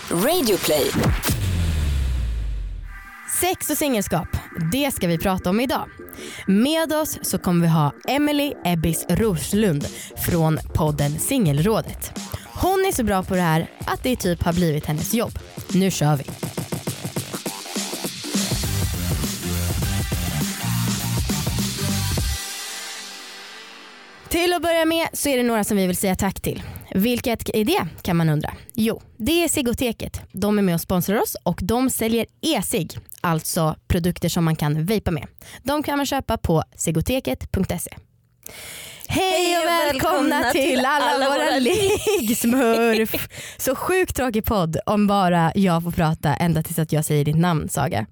Radioplay. Sex och singelskap, det ska vi prata om idag. Med oss så kommer vi ha Emily Ebbis Roslund från podden Singelrådet. Hon är så bra på det här att det typ har blivit hennes jobb. Nu kör vi! Till att börja med så är det några som vi vill säga tack till. Vilket är det, kan man undra? Jo, det är Sigoteket. De är med och sponsrar oss och de säljer e-cigg, alltså produkter som man kan vejpa med. De kan man köpa på sigoteket.se. Hej och välkomna till alla våra liggsmurf. Så sjukt tråkig podd om bara jag får prata ända tills att jag säger ditt namn, Saga.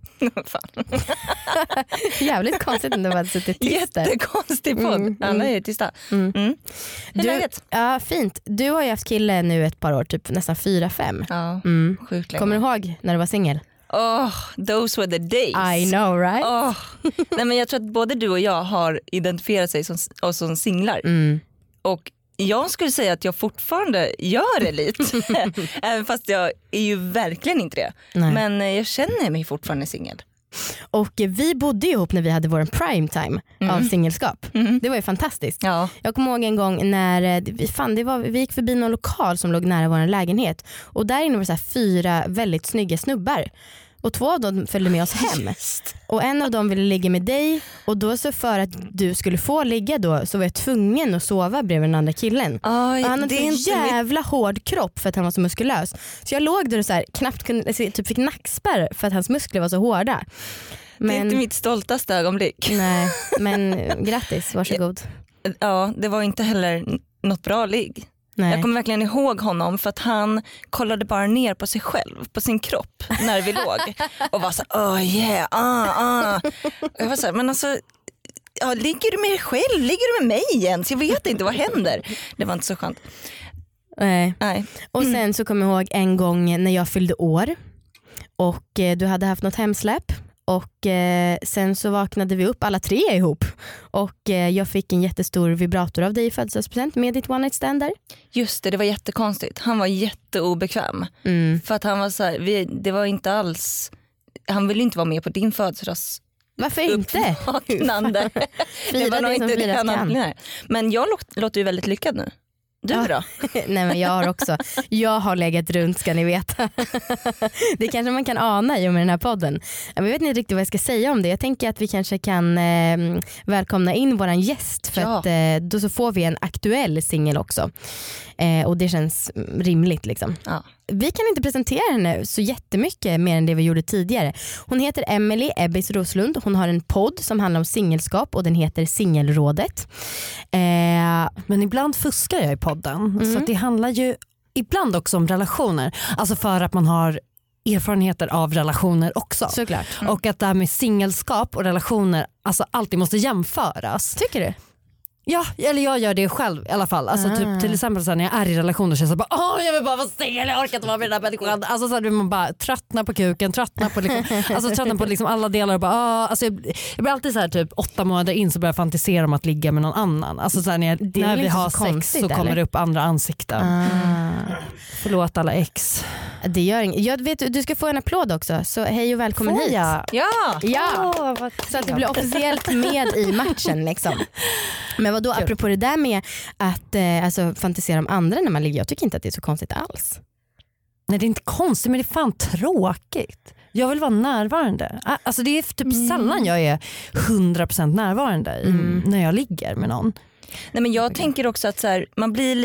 Jävligt konstigt om du hade suttit tyst där. Jättekonstig podd. Alla är tysta. Hur läget? Ja, fint. Du har ju haft kille nu ett par år, typ nästan 4-5. Ja, sjukt länge. Kommer du ihåg när du var singel? Those were the days. I know, right? Nej, men jag tror att både du och jag har identifierat sig som singlar. Och jag skulle säga att jag fortfarande gör det lite. Även fast jag är ju verkligen inte det. Nej. Men jag känner mig fortfarande singel. Och vi bodde ihop när vi hade vår prime time av singelskap. Det var ju fantastiskt. Ja. Jag kommer ihåg en gång när vi gick förbi någon lokal som låg nära vår lägenhet. Och där inne var det så här 4 väldigt snygga snubbar. Och 2 av dem följde med oss hem. Och en av dem ville ligga med dig. Och då så för att du skulle få ligga då så var jag tvungen att sova bredvid den andra killen. Och han hade en jävla hård kropp för att han var så muskulös. Så jag låg där och så här, knappt kunde, typ fick nackspärr för att hans muskler var så hårda. Men, det är inte mitt stoltaste ögonblick. Nej, men grattis, varsågod. Ja, det var inte heller något bra ligg. Nej. Jag kommer verkligen ihåg honom för att han kollade bara ner på sig själv, på sin kropp när vi låg och var så Jag var så här, men alltså ligger du med dig själv? Ligger du med mig igen? Så jag vet inte, vad händer? Det var inte så skönt. Nej. Och sen så kommer jag ihåg en gång när jag fyllde år och du hade haft något hemsläpp. Och sen så vaknade vi upp alla 3 ihop. Och jag fick en jättestor vibrator av dig i födelsedagspresent med ditt one night stand där. Just det var jättekonstigt. Han var jätteobekväm. För att han var så här, det var inte alls, han ville inte vara med på din födelsedags. Varför inte? Uppvaknande. Det var nog inte det han hade. Men jag låter ju väldigt lyckad nu. Du då? Nej, men jag har legat runt, ska ni veta. Det kanske man kan ana i och med den här podden. Jag vet inte riktigt vad jag ska säga om det. Jag tänker att vi kanske kan välkomna in våran gäst. För att då så får vi en aktuell singel också. Och det känns rimligt liksom. Ja. Vi kan inte presentera henne så jättemycket mer än det vi gjorde tidigare. Hon heter Emily Ebbis Roslund. Hon har en podd som handlar om singelskap och den heter Singelrådet. Men ibland fuskar jag i podden. Så att det handlar ju ibland också om relationer. Alltså för att man har erfarenheter av relationer också. Såklart. Och att det här med singelskap och relationer alltså alltid måste jämföras. Tycker du? Ja, eller jag gör det själv i alla fall. Alltså typ till exempel så här, när jag är i relationer så är jag så bara, jag vill bara vara singel, jag orkar inte vara med den här människan. Alltså så här, man bara tröttnar på kuken, tröttnar på liksom, tröttnar på liksom alla delar och bara, alltså jag blir alltid så här typ 8 månader in så börjar jag fantisera om att ligga med någon annan. Alltså så här, när vi har sex så kommer det upp andra ansikten. Förlåt alla ex. Det gör inget. Jag vet, du ska få en applåd också. Så hej och välkommen hit. Ja. Så att du blir officiellt med i matchen liksom. Men vad då apropå det där med att alltså, fantisera om andra när man ligger. Jag tycker inte att det är så konstigt alls. Nej, det är inte konstigt, men det är fan tråkigt. Jag vill vara närvarande. Alltså det är typ sällan jag är 100% närvarande när jag ligger med någon. Nej, men jag tänker också att så här, man blir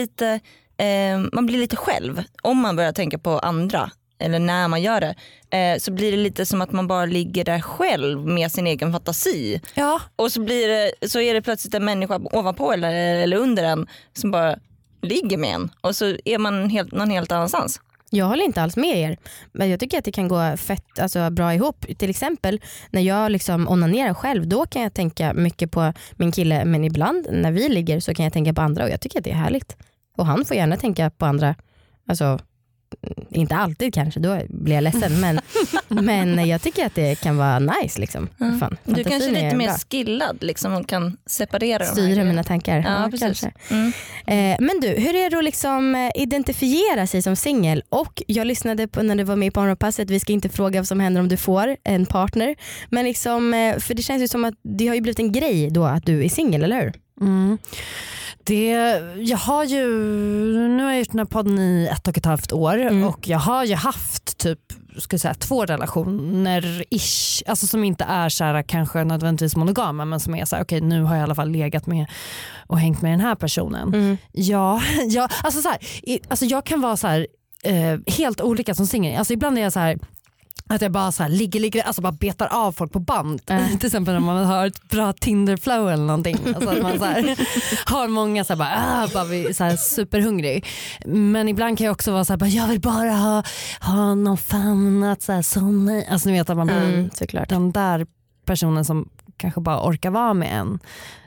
lite själv om man börjar tänka på andra. Eller när man gör det så blir det lite som att man bara ligger där själv med sin egen fantasi. Ja. Och så är det plötsligt en människa ovanpå eller under en som bara ligger med en. Och så är man någon helt annanstans. Jag håller inte alls med er. Men jag tycker att det kan gå fett, alltså, bra ihop. Till exempel när jag liksom onanerar själv, då kan jag tänka mycket på min kille. Men ibland när vi ligger så kan jag tänka på andra. Och jag tycker att det är härligt. Och han får gärna tänka på andra. Alltså inte alltid kanske, då blir jag ledsen men jag tycker att det kan vara nice liksom. Fan, du kanske är lite mer skillad liksom, och kan separera styra mina tankar. Ja, precis. Men du, hur är det att liksom identifiera sig som singel? Och jag lyssnade på när du var med på Morgonpasset, vi ska inte fråga vad som händer om du får en partner, men liksom, för det känns ju som att det har ju blivit en grej då att du är singel, eller hur? Jag har ju, nu har jag gjort den här podden i 1,5 år och jag har ju haft typ, ska jag säga, 2 relationer ish, alltså som inte är så här, kanske nödvändigtvis monogama, men som är så här, okej, nu har jag i alla fall legat med och hängt med den här personen. Alltså så här, alltså jag kan vara så här, helt olika som singel. Alltså ibland är jag så här att jag bara så här ligger, alltså bara betar av folk på band. Till exempel när man har ett bra Tinder-flow eller någonting. Alltså att man så här, har många så här bara så här superhungrig. Men ibland kan jag också vara så här, bara, jag vill bara ha någon fan att så här, somna. Alltså ni vet att man blir såklart den där personen som kanske bara orkar vara med en.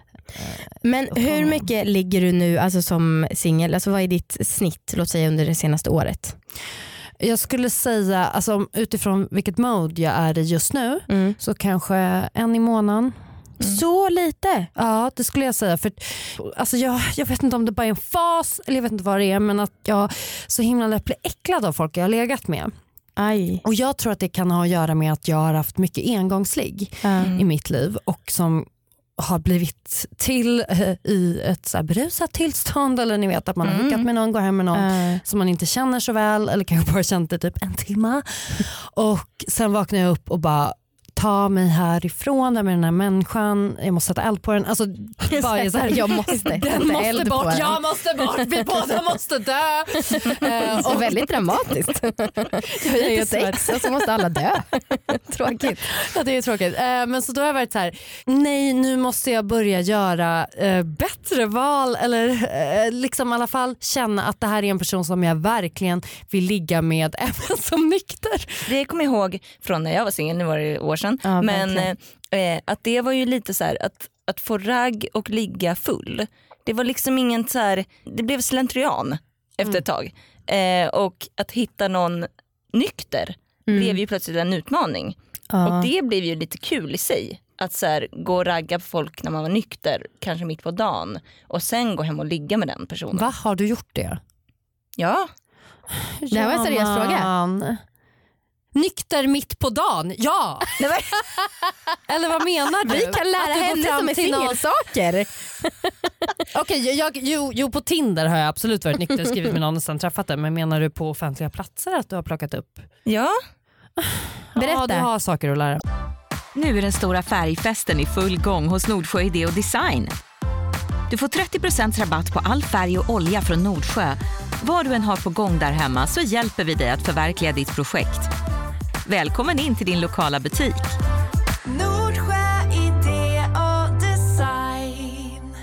Men hur mycket ligger du nu alltså som singel? Alltså vad är ditt snitt, låt säga, under det senaste året? Jag skulle säga, alltså, utifrån vilket mode jag är i just nu, så kanske 1 i månaden. Så lite? Ja, det skulle jag säga. För, alltså, jag vet inte om det bara är en fas, eller jag vet inte vad det är, men att jag så himla lätt blir äcklad av folk jag har legat med. Aj. Och jag tror att det kan ha att göra med att jag har haft mycket engångsligg i mitt liv, och som har blivit till i ett så här berusat tillstånd, eller ni vet att man har hookat med någon, går hem med någon som man inte känner så väl, eller kanske bara känt det typ 1 timme, och sen vaknar jag upp och bara ta mig härifrån där med den här människan, jag måste sätta eld på den, alltså bara är så här, jag måste bort, jag måste bort, vi båda måste dö. Så väldigt dramatiskt. Jag är sex och så måste alla dö. Tråkigt. Ja, det är tråkigt. Men så då har jag varit så här, nej, nu måste jag börja göra bättre val, eller liksom i alla fall känna att det här är en person som jag verkligen vill ligga med även som nykter. Det kommer jag ihåg från när jag var singel, nu var det år sedan. Ja, men att det var ju lite så här att få ragg och ligga full. Det var liksom ingen så här, det blev slentrian efter ett tag. Och att hitta någon nykter blev ju plötsligt en utmaning. Och det blev ju lite kul i sig. Att så här, gå och ragga på folk när man var nykter, kanske mitt på dagen, och sen gå hem och ligga med den personen. Va, har du gjort det? Ja. Det här var en seriös fråga. Nykter mitt på dagen, ja. Eller vad menar du? Vi kan lära henne som är singelsaker. Okej, jo, på Tinder har jag absolut varit nykter och skrivit med någon och sen träffat den. Men menar du på offentliga platser att du har plockat upp? Ja. Berätta. Ja, du har saker att lära. Nu är den stora färgfesten i full gång hos Nordsjö Idé och Design. Du får 30% rabatt på all färg och olja från Nordsjö. Vad du än har på gång där hemma så hjälper vi dig att förverkliga ditt projekt. Välkommen in till din lokala butik. Nordsjö Idé och Design.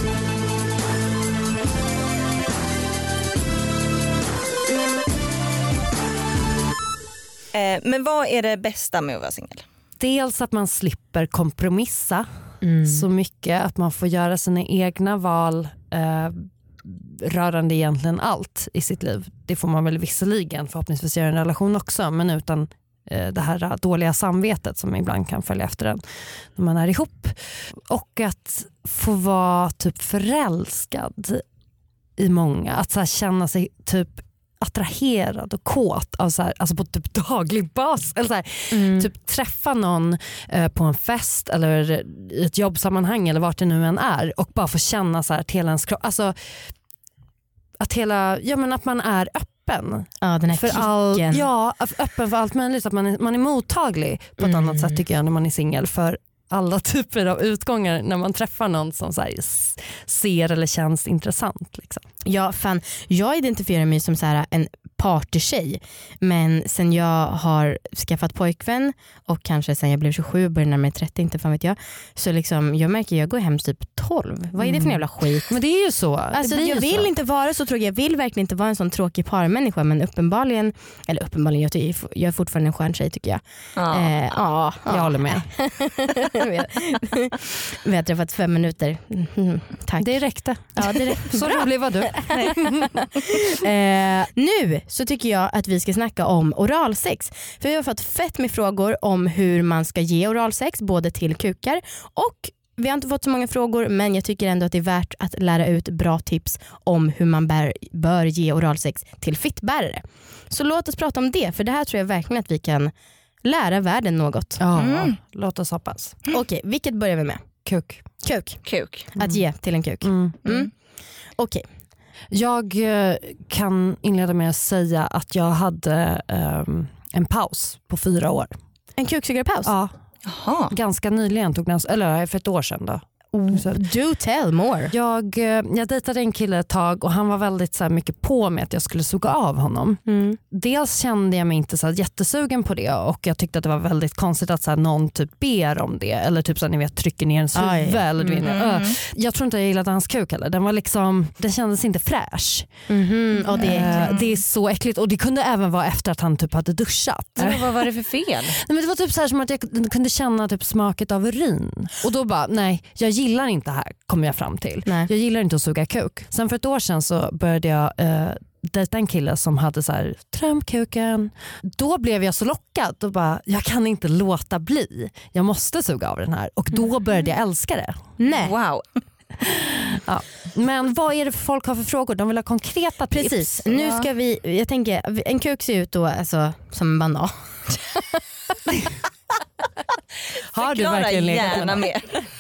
Men vad är det bästa med att vara singel? Dels att man slipper kompromissa så mycket, att man får göra sina egna val rörande egentligen allt i sitt liv. Det får man väl visserligen förhoppningsvis göra en relation också, men utan det här dåliga samvetet som ibland kan följa efter en när man är ihop. Och att få vara typ förälskad i många, att så här känna sig typ attraherad och kåt av så här, alltså på typ daglig bas, eller så här, typ träffa någon på en fest eller i ett jobbsammanhang eller vart det nu än är, och bara få känna så här att hela ens kropp, alltså att hela, ja men att man är öppen. Ja, den här för kicken. Öppen för allt möjligt, att man är mottaglig på ett annat sätt tycker jag när man är singel, för alla typer av utgångar när man träffar någon som så här ser eller känns intressant liksom. Ja, fan, jag identifierar mig som så här en partytjej, men sen jag har skaffat pojkvän och kanske sen jag blev 27 började närmare 30, inte fan vet jag, så liksom jag märker jag går hem typ 12. Vad är det för jävla skit? Men det är ju så. Alltså, jag vill inte vara så tråkig, jag vill verkligen inte vara en sån tråkig parmänniska, men uppenbarligen jag är fortfarande en skön tjej tycker jag. Jag håller med. Vi har träffat 5 minuter. Tack. Det räckte. Ja, det räckte. Så rolig var du. Nu så tycker jag att vi ska snacka om oralsex. För vi har fått fett med frågor om hur man ska ge oralsex både till kukar och vi har inte fått så många frågor, men jag tycker ändå att det är värt att lära ut bra tips om hur man bör ge oralsex till fittbärare. Så låt oss prata om det, för det här tror jag verkligen att vi kan lära världen något. Ja, låt oss hoppas. Okej, vilket börjar vi med? Kuk. Att ge till en kuk. Okej. Jag kan inleda med att säga att jag hade en paus på 4 år. En kuksugarpaus? Ja. Aha. Ganska nyligen, eller för ett år sedan då. Do tell more. Jag dejtade en kille ett tag och han var väldigt så här, mycket på mig att jag skulle suga av honom. Dels kände jag mig inte så här, jättesugen på det och jag tyckte att det var väldigt konstigt att så här, någon typ ber om det eller typ så här, ni vet, trycker ner ens huvud eller jag tror inte jag gillade hans kuk heller. Den kändes inte fräsch. Och det är så äckligt och det kunde även vara efter att han typ hade duschat. Men vad var det för fel? Nej, men det var typ så här som att jag kunde känna typ smaket av urin och då bara nej, jag gillar inte det här, kommer jag fram till. Nej. Jag gillar inte att suga kuk. Sen för ett år sedan så började jag dejta en kille som hade så här trampkuken. Då blev jag så lockad och bara, jag kan inte låta bli. Jag måste suga av den här. Och då började jag älska det. Nej. Wow. Ja. Men vad är det för folk har för frågor? De vill ha konkreta tips. Precis, nu ska vi, jag tänker, en kuk ser ut då alltså, som en banan. Har du verkligen gärna med.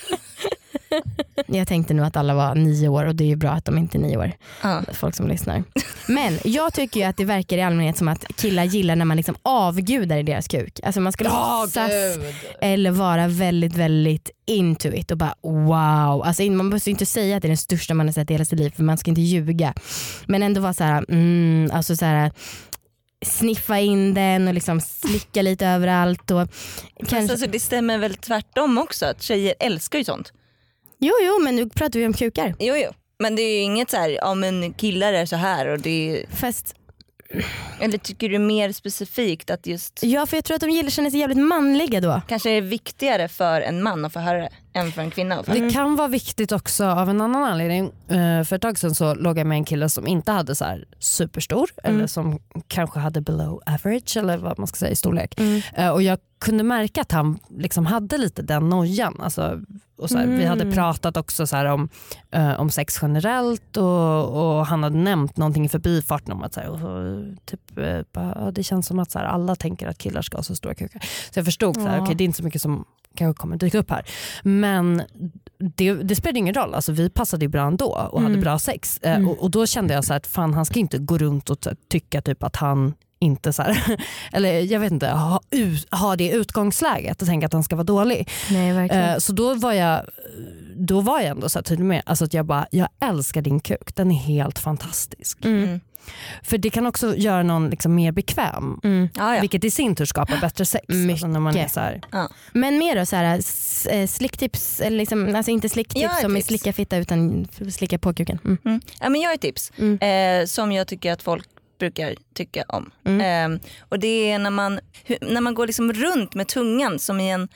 Jag tänkte nog att alla var 9 år och det är ju bra att de inte är 9 år. Folk som lyssnar. Men jag tycker ju att det verkar i allmänhet som att killar gillar när man liksom avgudar i deras kuk. Alltså man skulle låtsas eller vara väldigt, väldigt into it och bara wow. Alltså man måste inte säga att det är den största man har sett i hela sitt liv för man ska inte ljuga. Men ändå vara så här, alltså så här sniffa in den och liksom slicka lite överallt och kanske... alltså, det stämmer väl tvärtom också att tjejer älskar ju sånt. Jo, men nu pratar vi om kukar. Jo, men det är ju inget så här, ja men killar är så här och det är... Fast... Eller tycker du mer specifikt att just... Ja, för jag tror att de känner sig jävligt manliga då. Kanske är det viktigare för en man att få höra det än för en kvinna att få höra det. Det kan vara viktigt också av en annan anledning. För ett tag sedan så låg jag med en kille som inte hade så här superstor eller som kanske hade below average eller vad man ska säga i storlek. Och jag kunde märka att han liksom hade lite den nojan. Alltså, och så här, vi hade pratat också så här om sex generellt och han hade nämnt någonting i förbifarten om att så här, och typ, bara, det känns som att så här, alla tänker att killar ska ha så stora kukar. Så jag förstod så här, okej, det är inte så mycket som kanske kommer dyka upp här. Men det spelade ingen roll. Alltså, vi passade ju bra ändå och hade bra sex. Och då kände jag så här, att fan, han ska inte gå runt och tycka typ att han inte så här, eller jag vet inte, ha det utgångsläget och tänka att han ska vara dålig. Nej, verkligen. Så då var jag ändå så här tydlig med alltså att jag älskar din kuk, den är helt fantastisk. För det kan också göra någon liksom mer bekväm, vilket i sin tur skapar bättre sex. Alltså när man är så här. Men mer då så här, slicktips, eller liksom, alltså inte slicktips som är slicka fitta utan slicka på kuken. Ja, men jag har ett tips som jag tycker att folk brukar tycka om. Och det är när man går liksom runt med tungan som i en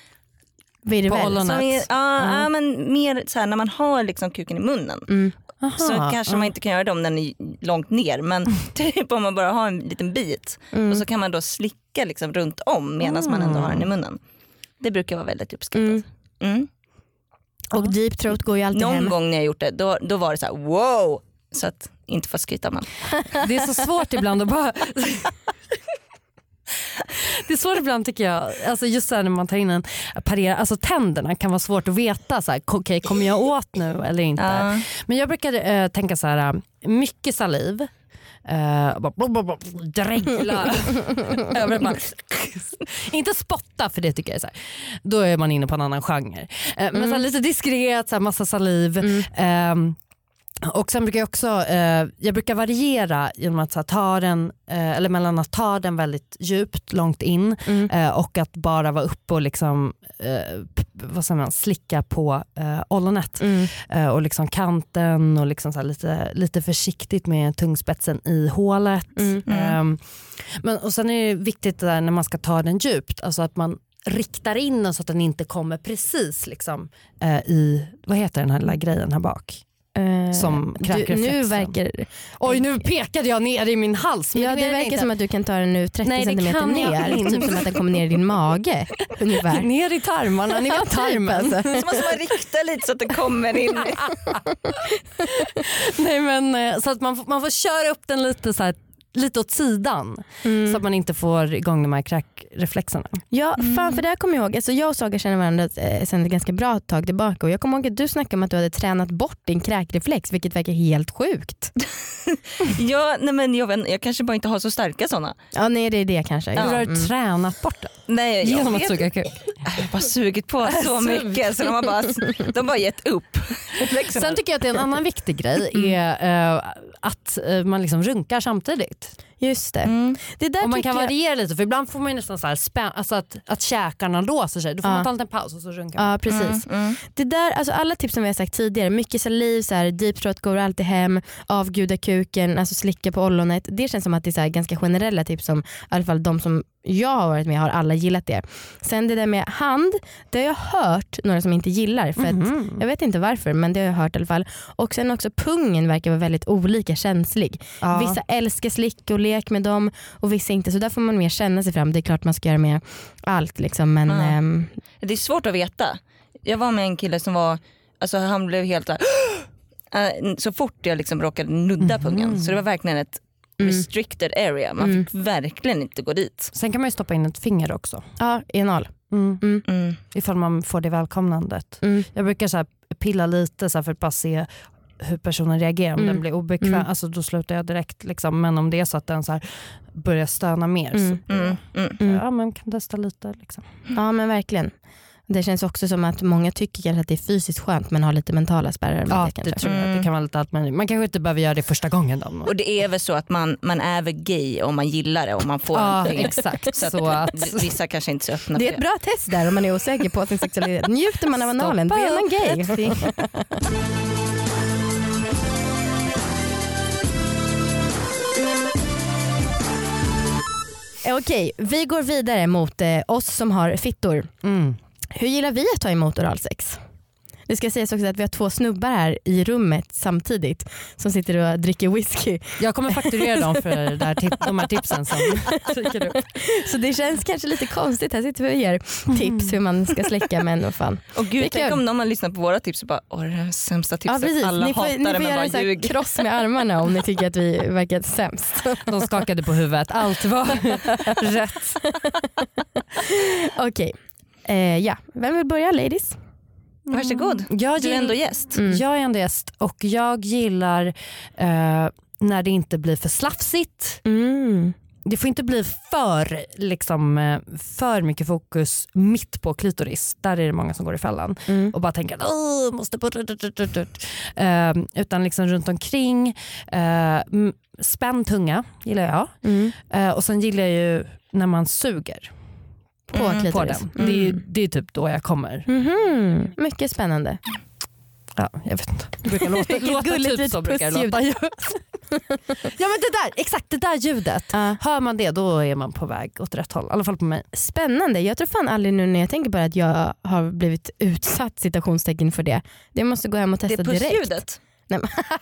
men mer så här, när man har liksom kuken i munnen. Så kanske man inte kan göra det om den är långt ner, men typ om man bara har en liten bit och så kan man då slicka liksom runt om medan man ändå har den i munnen. Det brukar vara väldigt uppskattat. Och deep throat går ju alltid hem. Någon gång när jag gjort det då var det så här wow, så att inte få skryta man. Det är så svårt ibland att bara det är svårt ibland tycker jag, alltså just så här när man tar in en parera, alltså tänderna kan vara svårt att veta så här, okej, kommer jag åt nu eller inte. Men jag brukar tänka så här, mycket saliv, dregla inte spotta, för det tycker jag är så här, då är man inne på en annan genre. Men så här, lite diskret, så här, massa saliv. Och sen brukar jag också jag brukar variera genom att så här, ta den eller mellan att ta den väldigt djupt långt in och att bara vara uppe och liksom vad säger man, slicka på ollonet och liksom kanten och liksom så här, lite försiktigt med tungspetsen i hålet. Men och sen är det viktigt där när man ska ta den djupt, alltså att man riktar in den så att den inte kommer precis liksom i, vad heter den här lilla grejen här bak? som kräkreflexen. Nu verkar... Oj, nu pekade jag ner i min hals. Ja, det verkar som att du kan ta den nu 30 centimeter ner. Typ som att den kommer ner i din mage. Ungefär. Ner i tarmarna, ni vet tarmen. Så måste man rikta lite så att det kommer in. Nej, men så att man får köra upp den lite så här, lite åt sidan så att man inte får igång de här kräkreflexerna. Ja, fan, för det här kommer jag ihåg. Alltså, jag och Saga känner varandra sedan ett ganska bra tag tillbaka och jag kommer ihåg att du snackade om att du hade tränat bort din kräkreflex, vilket verkar helt sjukt. Ja, nej, men jag kanske bara inte har så starka sådana. Ja, nej, det är det kanske. Hur har du tränat bort det? Nej, genom att suga kuk? Jag har bara sugit på så mycket så de har bara gett upp. Sen tycker jag att det är en annan viktig grej är att man liksom runkar samtidigt. Just det. Det där och man kan variera lite, för ibland får man ju nästan så här alltså att käkarna låser sig. Då får man ta en liten paus och så runkar man. Ja, precis. Det där, alltså alla tips som vi har sagt tidigare, mycket saliv, så här, deep throat går alltid hem, avguda kuken, alltså slicka på ollonet. Det känns som att det är så här ganska generella tips som i alla fall de som jag har varit med har alla gillat det. Sen det där med hand, det har jag hört några som inte gillar för att, jag vet inte varför, men det har jag hört i alla fall. Och sen också pungen verkar vara väldigt olika känslig. Ja. Vissa älskar slick och lek med dem och vissa inte, så där får man mer känna sig fram. Det är klart man ska göra med allt liksom, men det är svårt att veta. Jag var med en kille som var, alltså han blev helt så fort jag liksom råkade nudda pungen, så det var verkligen ett restricted area. Man fick verkligen inte gå dit. Sen kan man ju stoppa in ett finger också. Ja, i en al. Ifall man får det välkomnandet. Jag brukar så här pilla lite så här för att bara se hur personen reagerar. Om den blir obekväm, alltså då slutar jag direkt liksom. Men om det är så att den så här börjar stöna mer så ja, man kan testa lite liksom. Ja, men verkligen. Det känns också som att många tycker kanske att det är fysiskt skönt men har lite mentala spärrar. Ja, det tror jag. Det kan vara lite allt, men man kanske inte behöver göra det första gången. Då. Och det är väl så att man är väl gay om man gillar det och man får en finger. Exakt. Så att vissa kanske inte så öppna. Det är ett bra test där om man är osäker på sin sexualitet. Njuter man av analen, då är man gay. Okej, vi går vidare mot oss som har fittor. Hur gillar vi att ta emot oralsex? Det ska sägas också att vi har 2 snubbar här i rummet samtidigt som sitter och dricker whisky. Jag kommer fakturera dem för de här tipsen som trycker upp. Så det känns kanske lite konstigt. Här sitter vi och ger tips hur man ska släcka män och fan. Och gud, tänk om någon har lyssnat på våra tips och bara, det är det sämsta tipset. Ja, alla hatar det men bara göra ljug. Kross med armarna om ni tycker att vi verkar sämst. De skakade på huvudet. Allt var rätt. Okej. Ja, vem vill börja, ladies? Varsågod, du är ändå gäst. Jag är ändå gäst och jag gillar när det inte blir för slafsigt. Det får inte bli för mycket fokus mitt på klitoris. Där är det många som går i fällan och bara tänker måste utan liksom runt omkring. Spänn tunga gillar jag. Och sen gillar jag ju när man suger på klitoris. Den. Det är typ då jag kommer. Mycket spännande. Ja, jag vet inte. Det brukar låta typ så brukar det låta. Ja, men det där ljudet. Hör man det, då är man på väg åt rätt håll. I alla fall på mig. Spännande. Jag tror fan aldrig nu när jag tänker på att jag har blivit utsatt citationstecken för det. Det måste gå hem och testa direkt. Det är pussljudet. Nej,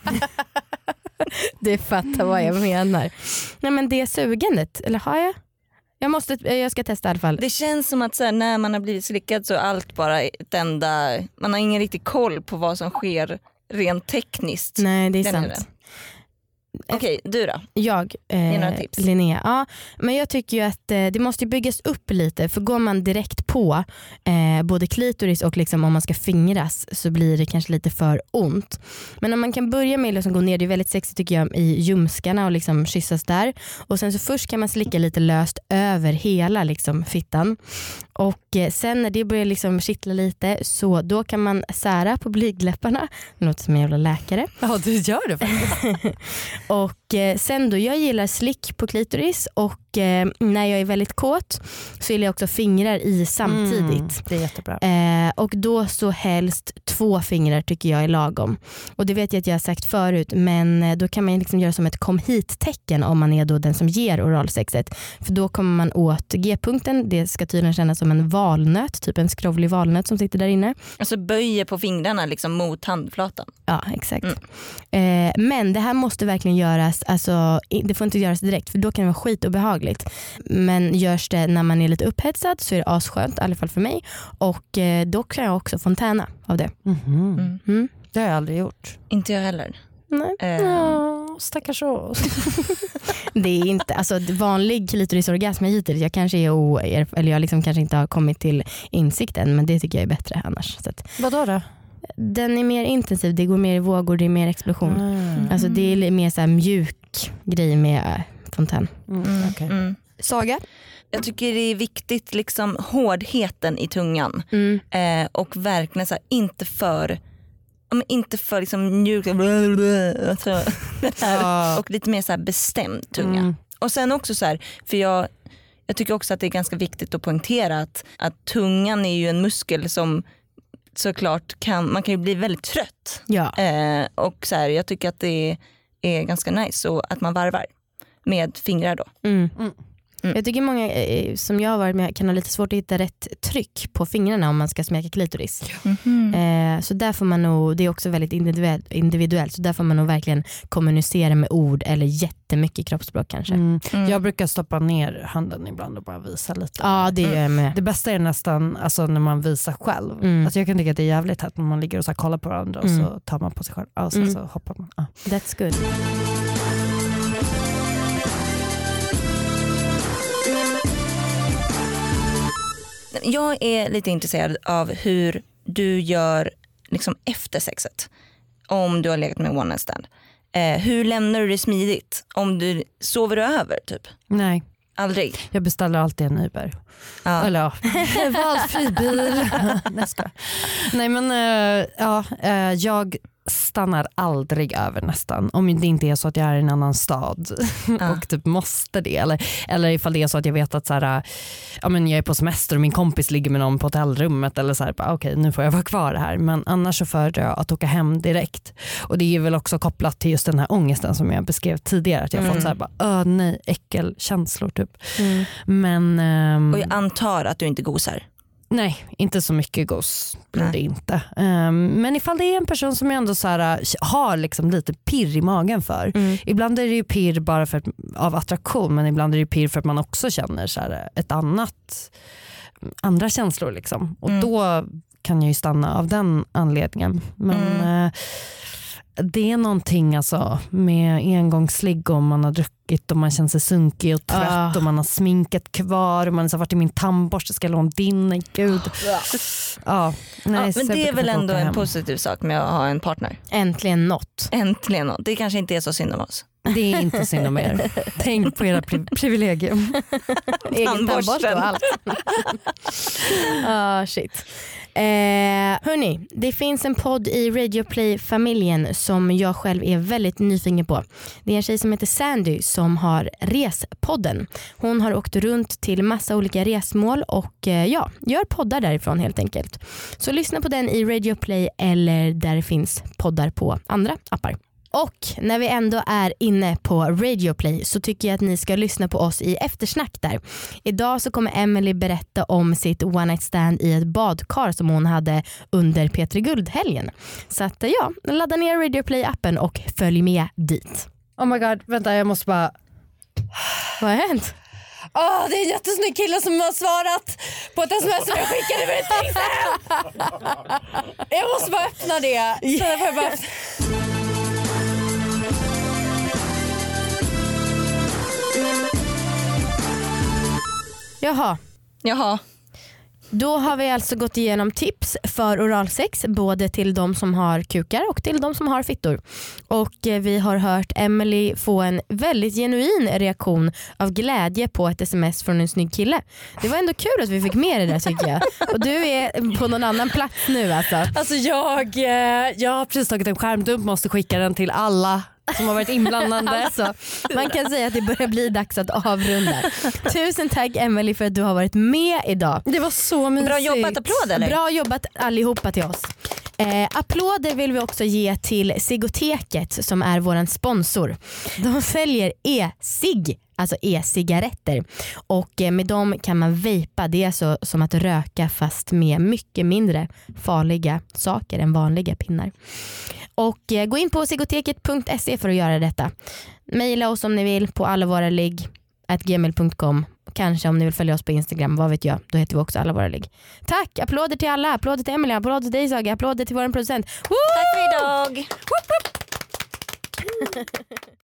det fattar vad jag menar. Nej, men det är sugandet. Eller har jag? Jag ska testa i alla fall. Det känns som att så här, när man har blivit slickad så är allt bara ett enda. Man har ingen riktig koll på vad som sker rent tekniskt. Nej, det är sant. Okej, du då? Jag, Linnea. Ja, men jag tycker ju att det måste byggas upp lite, för går man direkt på både klitoris och liksom om man ska fingras så blir det kanske lite för ont. Men om man kan börja med att liksom gå ner, det är väldigt sexigt tycker jag, i ljumskarna och liksom kyssas där. Och sen så först kan man slicka lite löst över hela liksom fittan. Och sen när det börjar liksom kittla lite, så då kan man sära på blygdläpparna. Det låter som en jävla läkare. Ja, du gör det faktiskt. Och sen då, jag gillar slick på klitoris och när jag är väldigt kåt så gillar jag också fingrar i samtidigt. Det är jättebra. Och då så helst 2 fingrar tycker jag är lagom. Och det vet jag att jag har sagt förut, men då kan man liksom göra som ett kom hit-tecken om man är då den som ger oralsexet. För då kommer man åt G-punkten, det ska tydligen kännas som en valnöt, typ en skrovlig valnöt som sitter där inne. Alltså böjer på fingrarna liksom mot handflatan. Ja, exakt. Men det här måste verkligen göras, alltså, det får inte göras direkt för då kan det vara skitobehagligt. Men görs det när man är lite upphetsad så är det asskönt, i alla fall för mig. Och då kan jag också fontäna av det. Det har jag aldrig gjort. Inte jag heller. Nej. Stackars oss. Det är inte, alltså vanlig klitorisorgasm hittills, jag kanske är eller jag liksom kanske inte har kommit till insikten, men det tycker jag är bättre annars. Så att, Vadå då? den är mer intensiv, det går mer i vågor, det är mer explosion. Alltså det är mer så här mjuk grej med fontän. Saga? Jag tycker det är viktigt liksom hårdheten i tungan och verkligen så här, inte för liksom mjuk och lite mer så här bestämd tunga. Och sen också så här, för jag tycker också att det är ganska viktigt att poängtera att tungan är ju en muskel som såklart man kan ju bli väldigt trött. Ja. Och så här, jag tycker att det är ganska nice så att man varvar med fingrar då. Jag tycker många som jag har varit med kan ha lite svårt att hitta rätt tryck på fingrarna om man ska smeka klitoris. Så där får man nog, det är också väldigt individuellt, så där får man nog verkligen kommunicera med ord eller jättemycket kroppsspråk kanske. Jag brukar stoppa ner handen ibland och bara visa lite. Ja, det gör jag med. Det bästa är nästan alltså, när man visar själv. Alltså, jag kan tycka att det är jävligt hett när man ligger och så kollar på varandra och så tar man på sig själv och så hoppar man. That's good. Jag är lite intresserad av hur du gör liksom efter sexet. Om du har legat med one night stand. Hur lämnar du det smidigt? Om du sover du över typ? Nej. Aldrig? Jag beställer alltid en Uber. Ja. Eller valfri bil. Nej men jag stannar aldrig över nästan. Om det inte är så att jag är i en annan stad och typ måste det. Eller ifall det är så att jag vet att så här, jag är på semester och min kompis ligger med någon på hotellrummet. Eller så här, okej, nu får jag vara kvar här. Men annars så föredrar jag att åka hem direkt. Och det är väl också kopplat till just den här ångesten som jag beskrev tidigare. Att jag har fått så här, nej, äckelkänslor typ. Men, och jag antar att du inte gosar. Nej, inte så mycket gos blir det inte. Men ifall det är en person som jag ändå så här, har liksom lite pirr i magen för. Ibland är det ju pirr bara av attraktion, men ibland är det pirr för att man också känner så här, andra känslor liksom. Och då kan jag ju stanna av den anledningen. Men det är någonting alltså med engångsligg om man har druckit och man känner sig sunkig och trött och man har sminket kvar och man har varit i min tandborste, ska låna din, nej gud. Men det är väl ändå en positiv sak med att ha en partner. Äntligen något. Det kanske inte är så synd om oss. Det är inte synd om er. Tänk på era privilegium. Egen tandborste och allt. Shit. Hörni, det finns en podd i Radio Play-familjen som jag själv är väldigt nyfiken på. Det är en tjej som heter Sandy som har Respodden. Hon har åkt runt till massa olika resmål och gör poddar därifrån helt enkelt. Så lyssna på den i Radio Play eller där det finns poddar på andra appar. Och när vi ändå är inne på Radio Play så tycker jag att ni ska lyssna på oss i eftersnack där. Idag så kommer Emily berätta om sitt one night stand i ett badkar som hon hade under P3 Guldhelgen. Så att ladda ner Radio Play-appen och följ med dit. Oh my god, vänta jag måste bara... Vad har hänt? Det är en jättesnygg kille som har svarat på ett sms som jag skickade för ett tag sedan. Jag måste bara öppna det. Så får jag bara... Jaha. Då har vi alltså gått igenom tips för oralsex både till de som har kukar och till de som har fittor. Och vi har hört Emily få en väldigt genuin reaktion av glädje på ett sms från en snygg kille. Det var ändå kul att vi fick med det där tycker jag. Och du är på någon annan plats nu alltså. Alltså jag har precis tagit en skärmdump, måste skicka den till alla som har varit inblandande. Alltså, man kan säga att det börjar bli dags att avrunda. Tusen tack Emelie för att du har varit med idag. Det var så mysigt. Bra jobbat, applåd eller? Bra jobbat allihopa till oss. Applåder vill vi också ge till Sigoteket som är våran sponsor. De säljer e-cigg, alltså e-cigaretter, och med dem kan man vejpa. Det är så som att röka fast med mycket mindre farliga saker än vanliga pinnar. Och gå in på sigoteket.se för att göra detta. Maila oss om ni vill på allavaraligg@gmail.com. Kanske om ni vill följa oss på Instagram, vad vet jag, då heter vi också Alla Våra Ligg. Tack, applåder till alla, applåder till Emelie, applåder till dig Saga, applåder till vår producent. Tack för idag.